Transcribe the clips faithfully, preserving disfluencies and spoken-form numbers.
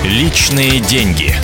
Личные деньги.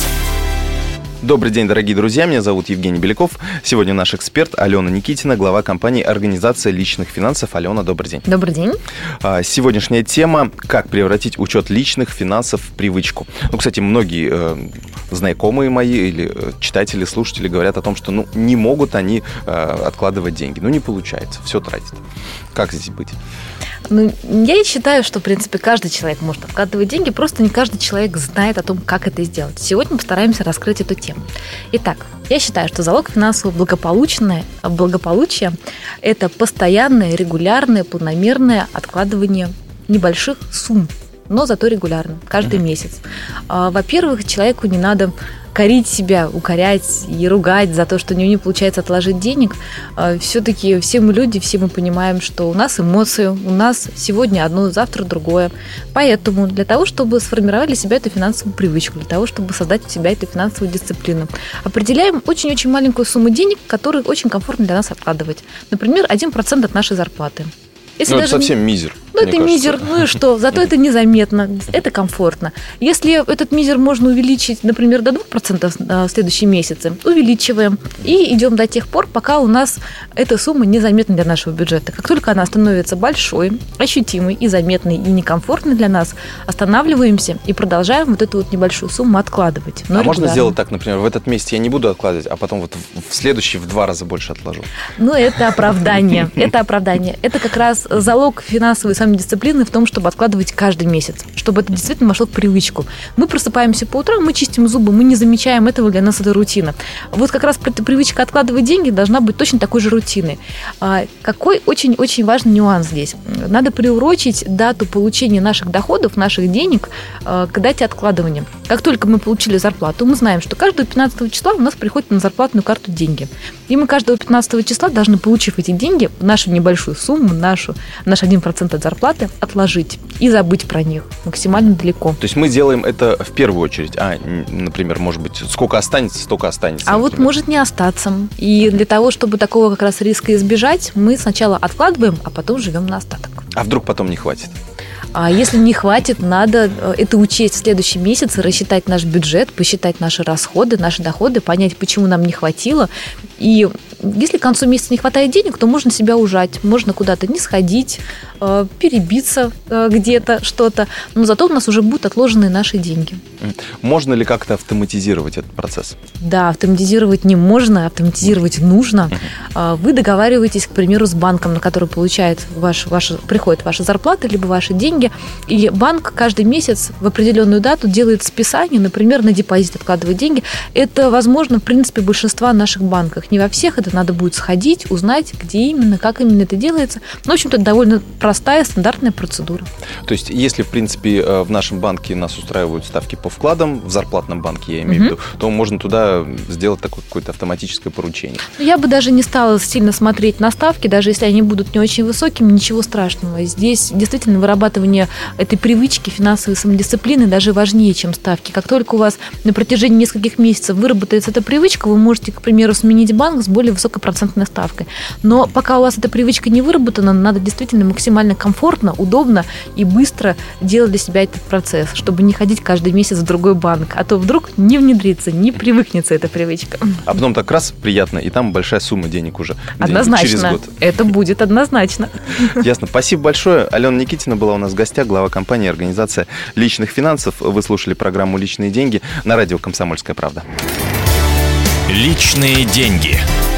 Добрый день, дорогие друзья, меня зовут Евгений Беляков. Сегодня наш эксперт Алена Никитина, глава компании «Организация личных финансов». Алена, добрый день. Добрый день. Сегодняшняя тема – как превратить учет личных финансов в привычку. Ну, кстати, многие э, знакомые мои или читатели, слушатели говорят о том, что ну, не могут они э, откладывать деньги. Ну, не получается, все тратят. Как здесь быть? Ну, я считаю, что, в принципе, каждый человек может откладывать деньги, просто не каждый человек знает о том, как это сделать. Сегодня мы постараемся раскрыть эту тему. Итак, я считаю, что залог финансового благополучия, благополучия – это постоянное, регулярное, планомерное откладывание небольших сумм, но зато регулярно, каждый mm-hmm. месяц. Во-первых, человеку не надо корить себя, укорять и ругать за то, что у него не получается отложить денег. Все-таки все мы люди, все мы понимаем, что у нас эмоции, у нас сегодня одно, завтра другое. Поэтому для того, чтобы сформировать для себя эту финансовую привычку, для того, чтобы создать у себя эту финансовую дисциплину, определяем очень-очень маленькую сумму денег, которую очень комфортно для нас откладывать. Например, один процент от нашей зарплаты. Если ну, это совсем мизер. Ну, это кажется. мизер, ну и что? Зато это незаметно, это комфортно. Если этот мизер можно увеличить, например, до двух процентов в следующие месяцы, увеличиваем и идем до тех пор, пока у нас эта сумма незаметна для нашего бюджета. Как только она становится большой, ощутимой и заметной, и некомфортной для нас, останавливаемся и продолжаем вот эту вот небольшую сумму откладывать. Но а регулярно. Можно сделать так, например, в этот месяц я не буду откладывать, а потом вот в следующий в два раза больше отложу? Ну, это оправдание. Это оправдание. Это как раз залог финансовой самодисциплины в том, чтобы откладывать каждый месяц, чтобы это действительно вошло в привычку. Мы просыпаемся по утрам, мы чистим зубы, мы не замечаем этого, для нас это рутина. Вот как раз привычка откладывать деньги должна быть точно такой же рутиной. Какой очень-очень важный нюанс здесь? Надо приурочить дату получения наших доходов, наших денег к дате откладывания. Как только мы получили зарплату, мы знаем, что каждого пятнадцатого числа у нас приходят на зарплатную карту деньги. И мы каждого пятнадцатого числа должны, получив эти деньги, нашу небольшую сумму, нашу, наш один процент от зарплаты, отложить и забыть про них максимально далеко. То есть мы делаем это в первую очередь, а, например, может быть, сколько останется, столько останется. А например. вот может не остаться. И для того, чтобы такого как раз риска избежать, мы сначала откладываем, а потом живем на остаток. А вдруг потом не хватит? А если не хватит, надо это учесть в следующем месяце, рассчитать наш бюджет, посчитать наши расходы, наши доходы, понять, почему нам не хватило. И если к концу месяца не хватает денег, то можно себя ужать, можно куда-то не сходить, перебиться где-то, что-то, но зато у нас уже будут отложенные наши деньги. Можно ли как-то автоматизировать этот процесс? Да, автоматизировать не можно, автоматизировать нужно. Вы договариваетесь, к примеру, с банком, на который получает ваш, ваш, приходит ваша зарплата, либо ваши деньги, и банк каждый месяц в определенную дату делает списание, например, на депозит откладывает деньги. Это возможно, в принципе, в большинстве наших банков. Не во всех, это надо будет сходить, узнать, где именно, как именно это делается. Но, в общем-то, это довольно простая, стандартная процедура. То есть, если, в принципе, в нашем банке нас устраивают ставки по вкладам, в зарплатном банке, я имею в виду, то можно туда сделать такое какое-то автоматическое поручение. Я бы даже не стала сильно смотреть на ставки, даже если они будут не очень высокими, ничего страшного. Здесь действительно вырабатывание этой привычки финансовой самодисциплины даже важнее, чем ставки. Как только у вас на протяжении нескольких месяцев выработается эта привычка, вы можете, к примеру, сменить банк с более высокой процентной ставкой. Но пока у вас эта привычка не выработана, надо действительно максимально комфортно, удобно и быстро делать для себя этот процесс, чтобы не ходить каждый месяц в другой банк, а то вдруг не внедрится, не привыкнется эта привычка. А потом так раз приятно, и там большая сумма денег уже. Однозначно. Через год. Это будет однозначно. Ясно. Спасибо большое. Алена Никитина была у нас в гостях, глава компании «Организация личных финансов». Вы слушали программу «Личные деньги» на радио «Комсомольская правда». Личные деньги.